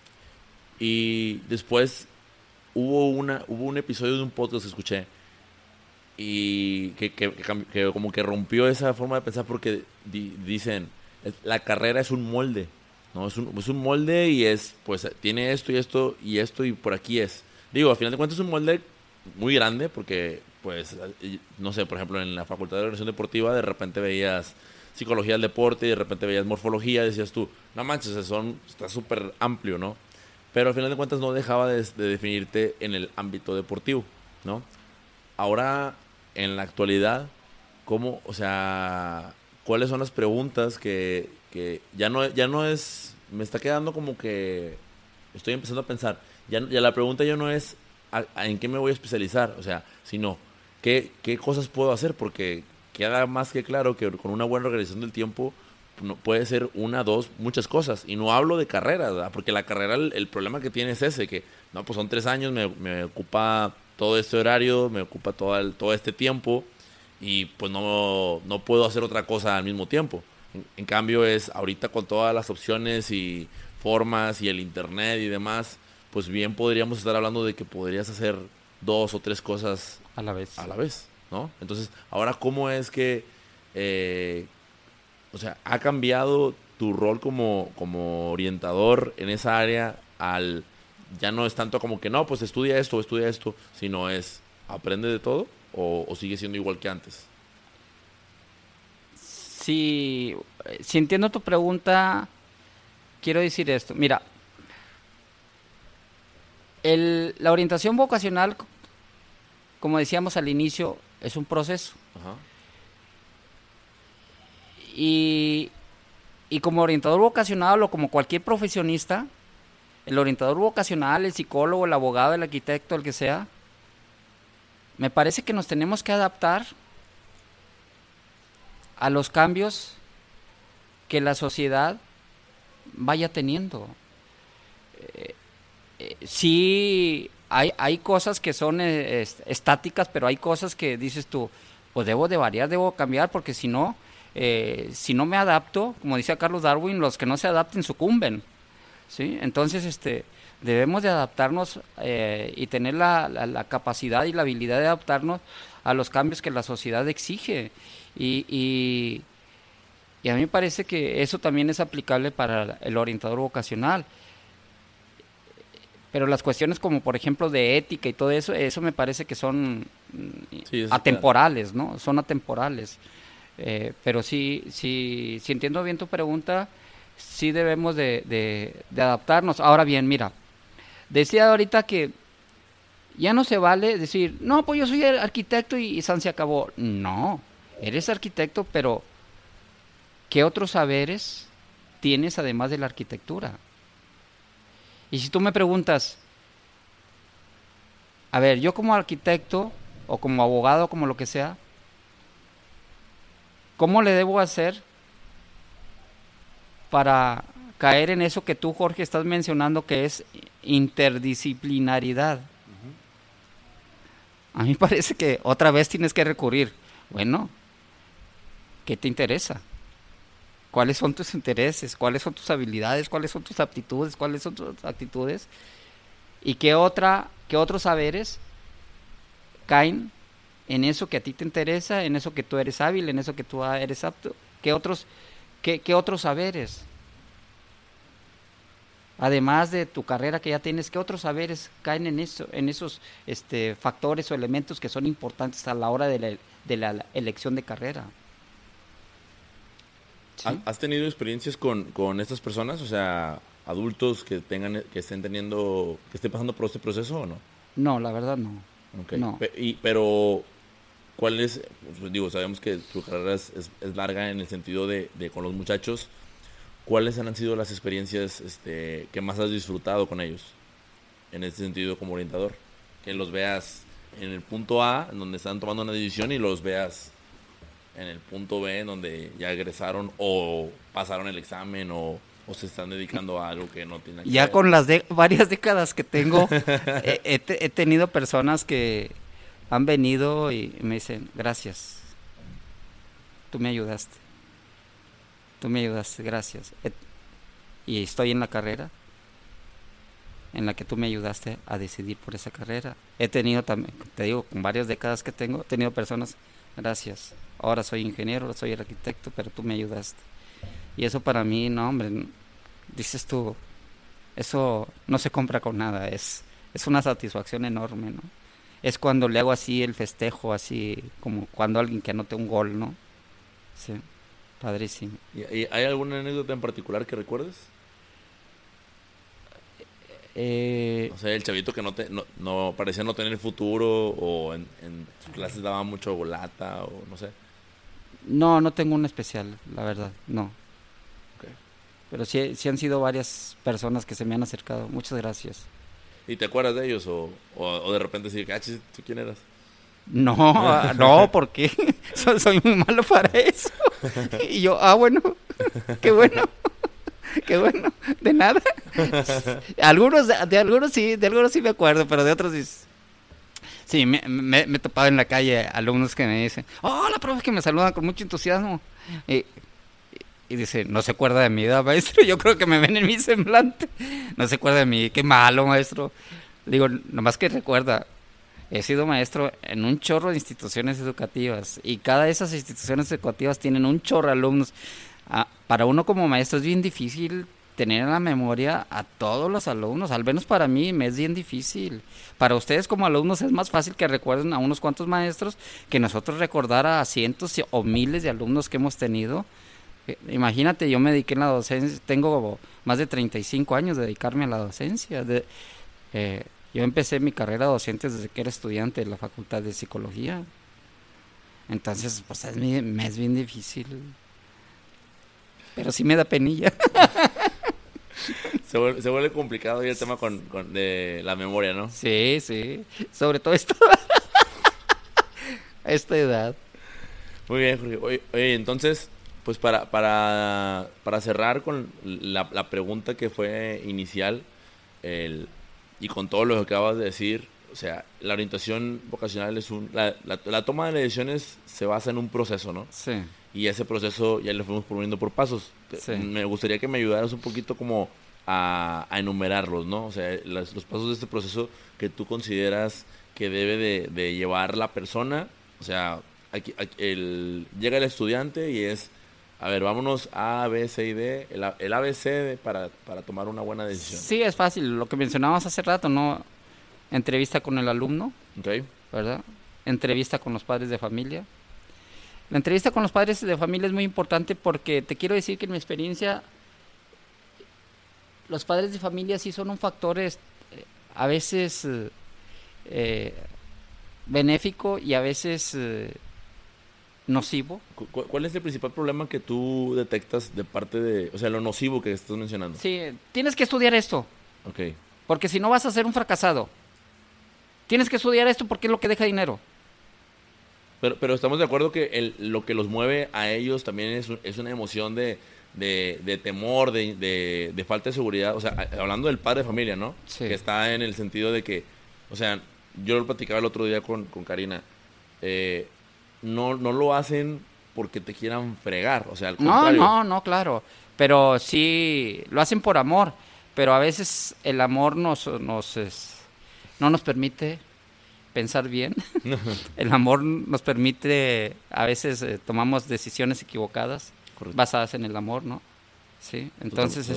Y después hubo un episodio de un podcast que escuché y que como que rompió esa forma de pensar porque dicen, la carrera es un molde, ¿no? Es un molde y pues tiene esto y esto y esto y por aquí es. Digo, al final de cuentas es un molde muy grande porque, pues, no sé, por ejemplo, en la Facultad de Organización Deportiva de repente veías psicología del deporte y de repente veías morfología y decías tú, no manches, está súper amplio, ¿no? Pero al final de cuentas no dejaba de definirte en el ámbito deportivo, ¿no? Ahora, en la actualidad, ¿cómo, o sea, cuáles son las preguntas que ya no es, me está quedando como que estoy empezando a pensar, ya la pregunta ya no es en qué me voy a especializar, o sea, sino qué cosas puedo hacer, porque queda más que claro que con una buena organización del tiempo puede ser una, dos, muchas cosas. Y no hablo de carrera, ¿verdad? Porque la carrera, el problema que tiene es ese, que no, pues son 3 años, me ocupa todo este horario, me ocupa todo este tiempo y pues no puedo hacer otra cosa al mismo tiempo. En cambio ahorita con todas las opciones y formas y el internet y demás, pues bien podríamos estar hablando de que podrías hacer 2 o 3 cosas a la vez, ¿no? Entonces, ahora, ¿cómo es que, o sea, ha cambiado tu rol como orientador en esa área ya no es tanto como que, no, pues estudia esto, sino aprende de todo o sigue siendo igual que antes? Si entiendo tu pregunta, quiero decir esto. Mira, la orientación vocacional, como decíamos al inicio, es un proceso. Ajá. Y, y como orientador vocacional o como cualquier profesionista, el orientador vocacional, el psicólogo, el abogado, el arquitecto, el que sea, me parece que nos tenemos que adaptar a los cambios que la sociedad vaya teniendo. Sí, hay cosas que son estáticas, pero hay cosas que dices tú, pues debo de variar, debo cambiar, porque si no me adapto, como decía Carlos Darwin, los que no se adapten sucumben, ¿sí? Entonces, debemos de adaptarnos y tener la capacidad y la habilidad de adaptarnos a los cambios que la sociedad exige. Y a mí me parece que eso también es aplicable para el orientador vocacional. Pero las cuestiones como, por ejemplo, de ética y todo eso, eso me parece que son atemporales, ¿no? Son atemporales. Pero si entiendo bien tu pregunta, sí debemos de adaptarnos. Ahora bien, mira, decía ahorita que ya no se vale decir, no, pues yo soy el arquitecto y san se acabó. No, eres arquitecto, pero ¿qué otros saberes tienes además de la arquitectura? Y si tú me preguntas, a ver, yo como arquitecto o como abogado, como lo que sea, ¿cómo le debo hacer para caer en eso que tú, Jorge, estás mencionando, que es interdisciplinaridad? A mí me parece que otra vez tienes que recurrir. Bueno, ¿qué te interesa? ¿Cuáles son tus intereses? ¿Cuáles son tus habilidades? ¿Cuáles son tus aptitudes? ¿Cuáles son tus actitudes? ¿Y qué otros saberes caen en eso que a ti te interesa, en eso que tú eres hábil, en eso que tú eres apto? ¿Qué otros saberes? Además de tu carrera que ya tienes, ¿qué otros saberes caen en esos factores o elementos que son importantes a la hora de la elección de carrera? ¿Sí? ¿Has tenido experiencias con estas personas? O sea, adultos que estén pasando por este proceso o no? No, la verdad no. Okay. No. Pero, ¿cuál es? Pues digo, sabemos que tu carrera es larga en el sentido de con los muchachos. ¿Cuáles han sido las experiencias que más has disfrutado con ellos? En este sentido, como orientador. Que los veas en el punto A, en donde están tomando una decisión, y los veas en el punto B, en donde ya egresaron o pasaron el examen o se están dedicando a algo que no tienen que ver. Ya con las varias décadas que tengo, he tenido personas que han venido y me dicen, gracias, tú me ayudaste, gracias. Y estoy en la carrera en la que tú me ayudaste a decidir por esa carrera. He tenido también, te digo, con varias décadas que tengo, he tenido personas, gracias, ahora soy ingeniero, ahora soy arquitecto, pero tú me ayudaste. Y eso para mí, no, hombre, dices tú, eso no se compra con nada, es una satisfacción enorme, ¿no? Es cuando le hago así el festejo, así como cuando alguien que anote un gol, ¿no? Sí, padrísimo. ¿Y hay alguna anécdota en particular que recuerdes? O sea, el chavito que no parecía no tener futuro, o en sus clases daba mucho lata, o no sé. No tengo un especial, la verdad, no. Okay. Pero sí han sido varias personas que se me han acercado. Muchas gracias. ¿Y te acuerdas de ellos? ¿O de repente sí, ¿tú quién eras? No, ¿por qué? Soy muy malo para eso. Y yo, bueno, qué bueno. Qué bueno, de nada. De algunos sí me acuerdo, pero de otros sí, me he topado en la calle alumnos que me dicen, hola, profe, que me saludan con mucho entusiasmo. Y dice, no se acuerda de mi edad, maestro. Yo creo que me ven en mi semblante. No se acuerda de mí, qué malo, maestro. Digo, nomás que recuerda, he sido maestro en un chorro de instituciones educativas, y cada de esas instituciones educativas tienen un chorro de alumnos. Para uno como maestro es bien difícil tener en la memoria a todos los alumnos, al menos para mí me es bien difícil. Para ustedes como alumnos es más fácil que recuerden a unos cuantos maestros que nosotros recordar a cientos o miles de alumnos que hemos tenido. Imagínate, yo me dediqué en la docencia, tengo más de 35 años de dedicarme a la docencia. Yo empecé mi carrera docente desde que era estudiante de la Facultad de Psicología. Entonces, pues me es bien difícil. pero sí me da penilla. Se vuelve complicado ya el tema de la memoria, ¿no? Sí, sí, sobre todo esto, a esta edad. Muy bien, Jorge. Oye, entonces, pues para cerrar con la pregunta que fue inicial, y con todo lo que acabas de decir, o sea, la orientación vocacional es la toma de decisiones se basa en un proceso, ¿no? Sí, Y ese proceso ya lo fuimos poniendo por pasos. sí. Me gustaría que me ayudaras un poquito como a enumerarlos, ¿no? O sea, los pasos de este proceso que tú consideras que debe de llevar la persona. O sea, llega el estudiante y es, a ver, vámonos A, B, C y D, el ABC para tomar una buena decisión. Sí, es fácil, lo que mencionábamos hace rato, ¿no? Entrevista con el alumno, ¿Ok? ¿verdad? Entrevista con los padres de familia. La entrevista con los padres de familia es muy importante porque te quiero decir que en mi experiencia los padres de familia sí son un factor a veces benéfico y a veces nocivo. ¿Cuál es el principal problema que tú detectas de parte de, o sea, lo nocivo que estás mencionando? Sí, tienes que estudiar esto, Ok. porque si no vas a ser un fracasado. Tienes que estudiar esto porque es lo que deja dinero. Pero estamos de acuerdo que lo que los mueve a ellos también es una emoción de temor, de falta de seguridad. O sea, hablando del padre de familia, ¿no? Sí. Que está en el sentido de que, o sea, yo lo platicaba el otro día con Karina. No lo hacen porque te quieran fregar. O sea, al contrario. No, claro. Pero sí, lo hacen por amor. Pero a veces el amor no nos permite pensar bien. El amor nos permite, a veces tomamos decisiones equivocadas. Correcto. Basadas en el amor, ¿no? Sí. Entonces,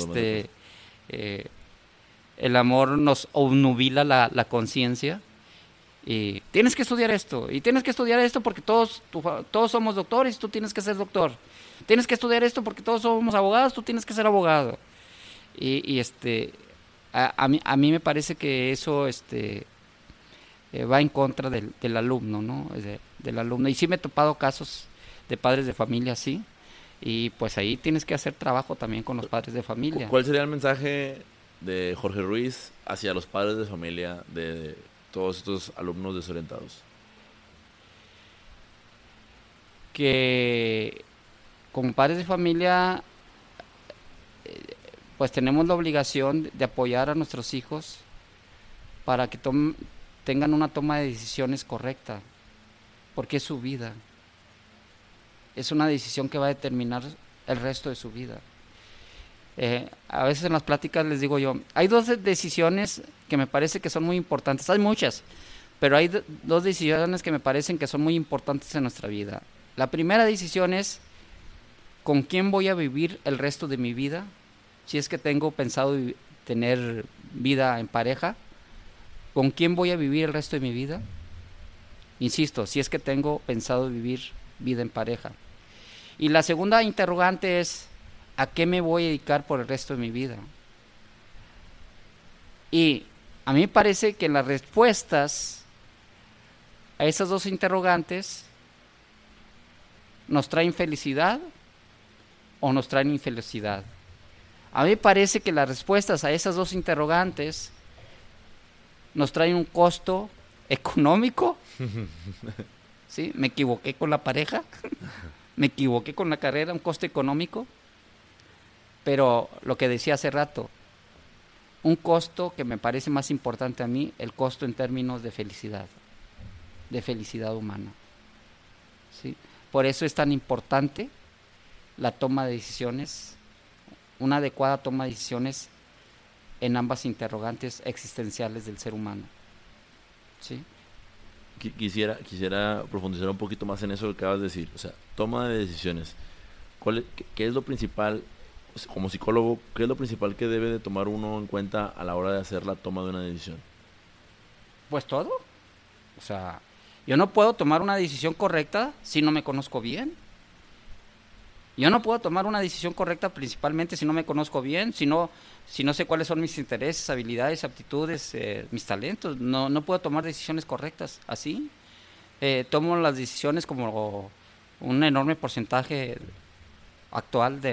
el amor nos obnubila la conciencia. Y tienes que estudiar esto, y tienes que estudiar esto porque todos somos doctores y tú tienes que ser doctor. Tienes que estudiar esto porque todos somos abogados, tú tienes que ser abogado. Y a mí me parece que eso va en contra del alumno, ¿no? Del alumno. Y sí me he topado casos de padres de familia así, y pues ahí tienes que hacer trabajo también con los padres de familia. ¿Cuál sería el mensaje de Jorge Ruiz hacia los padres de familia de todos estos alumnos desorientados? Que como padres de familia pues tenemos la obligación de apoyar a nuestros hijos para que tengan una toma de decisiones correcta, porque es su vida. Es una decisión que va a determinar el resto de su vida. A veces en las pláticas les digo yo, hay dos decisiones que me parece que son muy importantes, hay muchas, pero hay dos decisiones que me parecen que son muy importantes en nuestra vida. La primera decisión es con quién voy a vivir el resto de mi vida, si es que tengo pensado tener vida en pareja, con quién voy a vivir el resto de mi vida. Insisto, si es que tengo pensado vivir vida en pareja. Y la segunda interrogante es, ¿a qué me voy a dedicar por el resto de mi vida? Y a mí me parece que las respuestas a esas dos interrogantes nos traen felicidad o nos traen infelicidad. A mí me parece que las respuestas a esas dos interrogantes nos traen un costo económico. ¿Sí? Me equivoqué con la pareja, me equivoqué con la carrera, un costo económico. Pero lo que decía hace rato, un costo que me parece más importante a mí, el costo en términos de felicidad humana. ¿Sí? Por eso es tan importante la toma de decisiones, una adecuada toma de decisiones en ambas interrogantes existenciales del ser humano. ¿Sí? Quisiera profundizar un poquito más en eso que acabas de decir. O sea, toma de decisiones. ¿Qué es lo principal? Como psicólogo, ¿qué es lo principal que debe de tomar uno en cuenta a la hora de hacer la toma de una decisión? Pues todo. O sea, yo no puedo tomar una decisión correcta si no me conozco bien. Yo no puedo tomar una decisión correcta principalmente si no me conozco bien, si no sé cuáles son mis intereses, habilidades, aptitudes, mis talentos. No puedo tomar decisiones correctas así. Tomo las decisiones como un enorme porcentaje actual de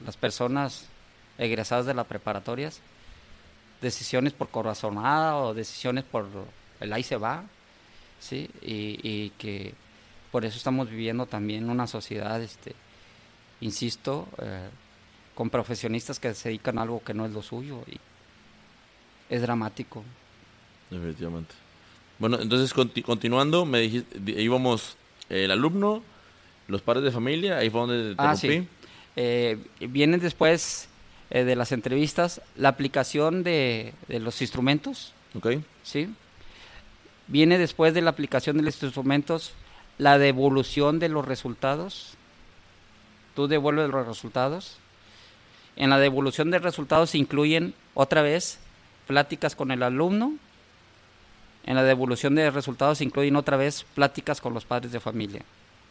las personas egresadas de las preparatorias, decisiones por corazonada o decisiones por el ahí se va, ¿sí? Y que por eso estamos viviendo también una sociedad, insisto, con profesionistas que se dedican a algo que no es lo suyo, y es dramático. Definitivamente. Bueno, entonces continuando, me dijiste, íbamos el alumno, los padres de familia, ahí fue donde te Sí. Vienen después de las entrevistas la aplicación de los instrumentos. Ok. ¿Sí? Viene después de la aplicación de los instrumentos la devolución de los resultados. Tú devuelves los resultados. En la devolución de resultados se incluyen otra vez pláticas con el alumno. En la devolución de resultados se incluyen otra vez pláticas con los padres de familia.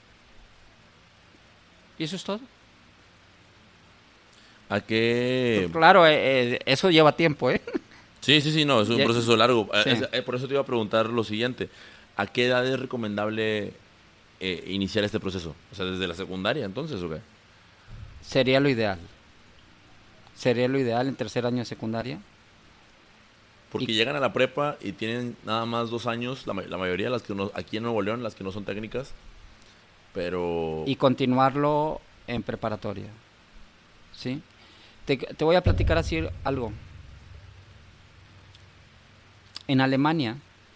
¿Y eso es todo? ¿A qué? Claro, eso lleva tiempo, ¿eh? Sí, no, es un proceso largo. Sí. Por eso te iba a preguntar lo siguiente. ¿A qué edad es recomendable iniciar este proceso? O sea, ¿desde la secundaria entonces o qué? Sería lo ideal. Sería lo ideal en tercer año de secundaria. Porque llegan a la prepa y tienen nada más 2 años, la mayoría de las que aquí en Nuevo León, las que no son técnicas, pero... Y continuarlo en preparatoria. ¿Sí? Te voy a platicar así algo. En Alemania,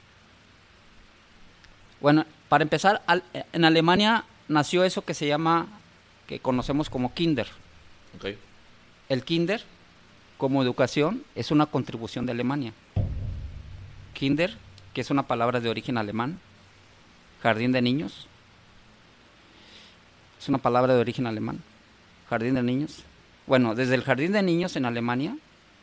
bueno, para empezar, en Alemania nació eso que se llama, que conocemos como kinder. Okay. El kinder, como educación, es una contribución de Alemania. Kinder, que es una palabra de origen alemán, jardín de niños, es una palabra de origen alemán, jardín de niños. Bueno, desde el jardín de niños en Alemania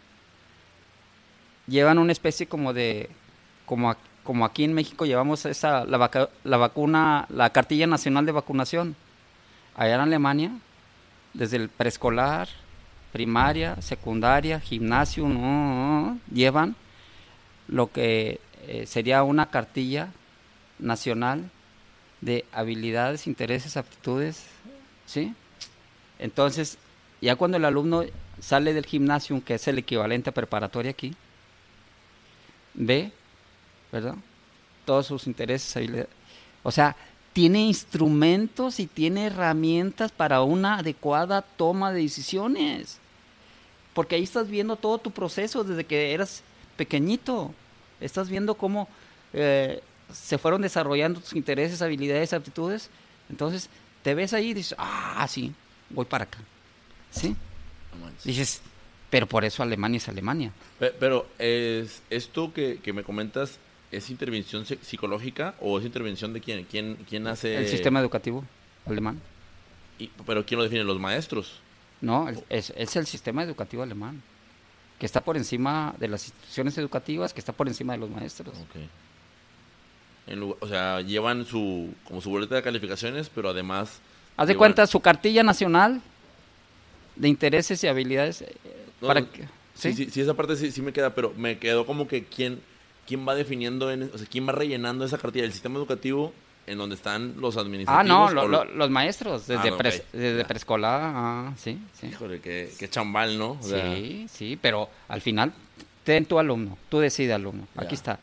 llevan una especie como de, como aquí en México llevamos la vacuna, la cartilla nacional de vacunación. Allá en Alemania, desde el preescolar, primaria, secundaria, gimnasio, llevan lo que sería una cartilla nacional de habilidades, intereses, aptitudes, ¿sí? Entonces, ya cuando el alumno sale del gimnasio, que es el equivalente a preparatoria aquí, ve, ¿verdad?, todos sus intereses, habilidades. O sea, tiene instrumentos y tiene herramientas para una adecuada toma de decisiones. Porque ahí estás viendo todo tu proceso desde que eras pequeñito. Estás viendo cómo se fueron desarrollando tus intereses, habilidades, aptitudes. Entonces, te ves ahí y dices, sí, voy para acá. ¿Sí? Dices, pero por eso Alemania es Alemania. Pero esto que me comentas, ¿es intervención psicológica o es intervención de quién? ¿Quién hace...? El sistema educativo alemán. ¿Pero quién lo define? ¿Los maestros? No, es el sistema educativo alemán, que está por encima de las instituciones educativas, que está por encima de los maestros. Okay. O sea, llevan como su boleta de calificaciones, pero además... Haz de cuenta su cartilla nacional de intereses y habilidades. Sí, esa parte sí me queda, pero me quedó como que quién va definiendo, o sea, quién va rellenando esa cartilla, el sistema educativo en donde están los administrativos. Los maestros, desde preescolar, sí. Híjole, qué chambal, ¿no? O sea, sí, pero al final, ten tu alumno, tú decides alumno, aquí está.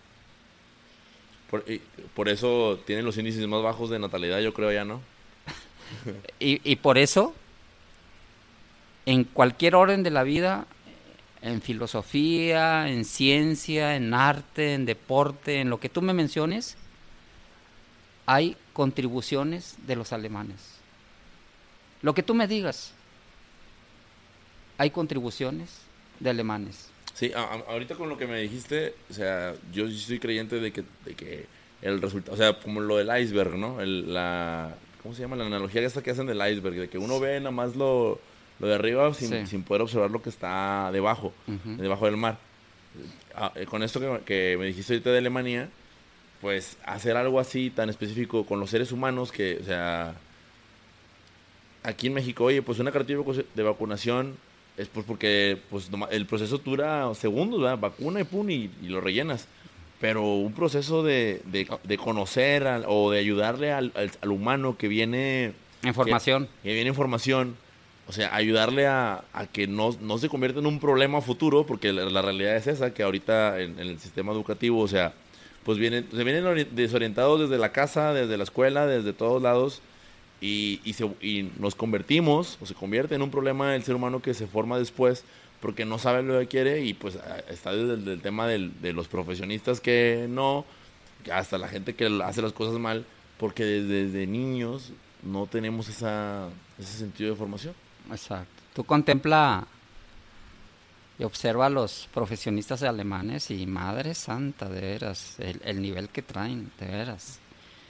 Por eso tienen los índices más bajos de natalidad, yo creo ya, ¿no? y por eso, en cualquier orden de la vida, en filosofía, en ciencia, en arte, en deporte, en lo que tú me menciones, hay contribuciones de los alemanes. Lo que tú me digas, hay contribuciones de alemanes. Sí, ahorita con lo que me dijiste, o sea, yo soy creyente de que el resultado, o sea, como lo del iceberg, ¿no? ¿Cómo se llama? La analogía esta que hacen del iceberg, de que uno ve nada más lo de arriba sin poder observar lo que está debajo, debajo del mar. Con esto que me dijiste ahorita de Alemania, pues hacer algo así tan específico con los seres humanos que, o sea, aquí en México, oye, pues una cartilla de vacunación es pues porque pues el proceso dura segundos, ¿verdad? Vacuna y pum, y lo rellenas. Pero un proceso de conocer o de ayudarle al humano que viene... Información. Que viene información o sea, ayudarle a que no se convierta en un problema futuro, porque la realidad es esa, que ahorita en el sistema educativo, o sea, pues se vienen desorientados desde la casa, desde la escuela, desde todos lados, y nos convertimos, o se convierte en un problema del ser humano que se forma después, porque no sabe lo que quiere, y pues está desde el tema de los profesionistas que no, hasta la gente que hace las cosas mal, porque desde niños no tenemos ese sentido de formación. Exacto. Tú contempla y observa a los profesionistas alemanes y madre santa, de veras, el nivel que traen, de veras.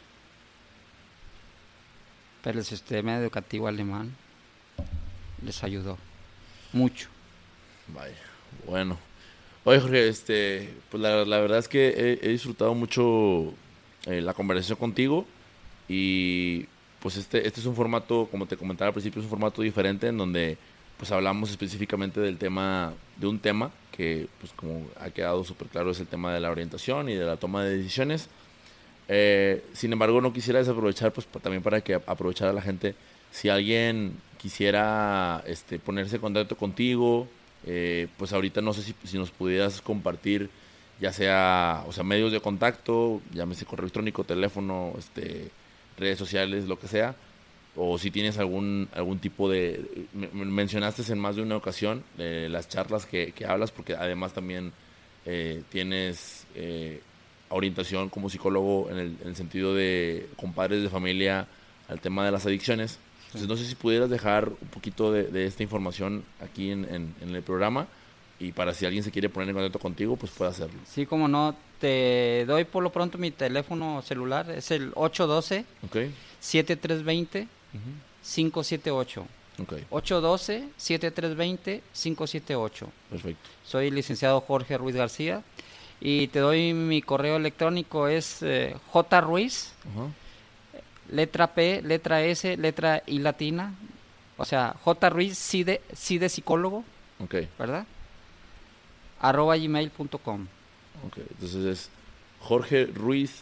Pero el sistema educativo alemán les ayudó mucho. Vaya, bueno. Oye, Jorge, pues la verdad es que he disfrutado mucho la conversación contigo, y pues este es un formato, como te comentaba al principio, es un formato diferente en donde pues hablamos específicamente de un tema que, pues como ha quedado súper claro, es el tema de la orientación y de la toma de decisiones. Sin embargo, no quisiera desaprovechar, pues también para que aprovechar a la gente, si alguien quisiera ponerse en contacto contigo, pues ahorita no sé si nos pudieras compartir, ya sea, o sea, medios de contacto, llámese correo electrónico, teléfono, redes sociales, lo que sea, o si tienes algún tipo de... Mencionaste en más de una ocasión las charlas que hablas, porque además también tienes orientación como psicólogo en el sentido de con padres de familia al tema de las adicciones. Entonces no sé si pudieras dejar un poquito de esta información aquí en el programa, y para si alguien se quiere poner en contacto contigo, pues puede hacerlo. Sí, como no, te doy por lo pronto mi teléfono celular, es el 812 Okay. 7320 578. Okay. 812 7320 578. Perfecto. Soy licenciado Jorge Ruiz García, y te doy mi correo electrónico, es jruiz, letra P, letra S, letra I latina, o sea, jruiz, sí de psicólogo, Okay. ¿verdad? @gmail.com. Okay. Entonces es Jorge Ruiz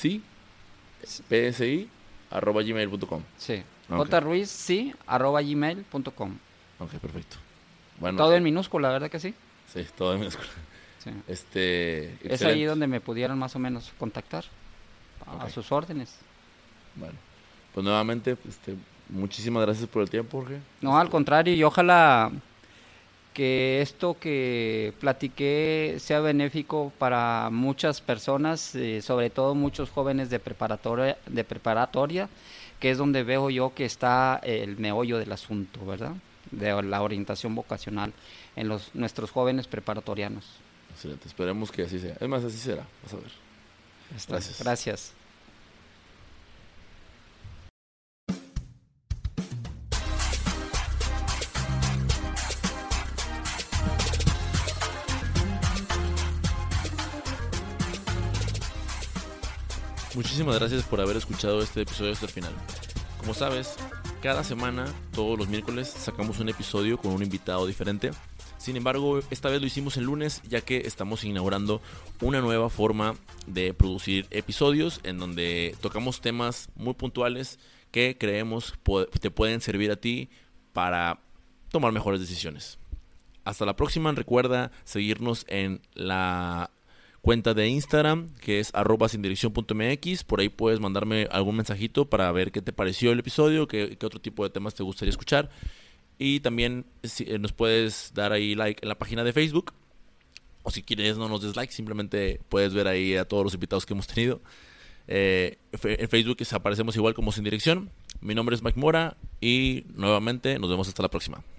PSI @gmail.com. Sí, Okay. jruiz, sí, @gmail.com. Ok, perfecto. Bueno, Todo en minúscula, ¿verdad que sí? Sí, todo en minúscula. Sí. Es Excelente. ahí donde me pudieran más o menos contactar, a Ok. sus órdenes. Bueno, pues nuevamente, muchísimas gracias por el tiempo, Jorge. No, al contrario, y ojalá que esto que platiqué sea benéfico para muchas personas, sobre todo muchos jóvenes de preparatoria, que es donde veo yo que está el meollo del asunto, ¿verdad? De la orientación vocacional en nuestros jóvenes preparatorianos. Excelente, esperemos que así sea. Es más, así será, vas a ver. Gracias. Gracias. Muchísimas gracias por haber escuchado este episodio hasta el final. Como sabes, cada semana, todos los miércoles, sacamos un episodio con un invitado diferente. Sin embargo, esta vez lo hicimos el lunes, ya que estamos inaugurando una nueva forma de producir episodios en donde tocamos temas muy puntuales que creemos te pueden servir a ti para tomar mejores decisiones. Hasta la próxima. Recuerda seguirnos en la cuenta de Instagram, que es @sindireccion.mx. Por ahí puedes mandarme algún mensajito para ver qué te pareció el episodio, qué otro tipo de temas te gustaría escuchar. Y también nos puedes dar ahí like en la página de Facebook. O si quieres no nos des like, simplemente puedes ver ahí a todos los invitados que hemos tenido. En Facebook aparecemos igual como Sin Dirección. Mi nombre es Mike Mora y nuevamente nos vemos hasta la próxima.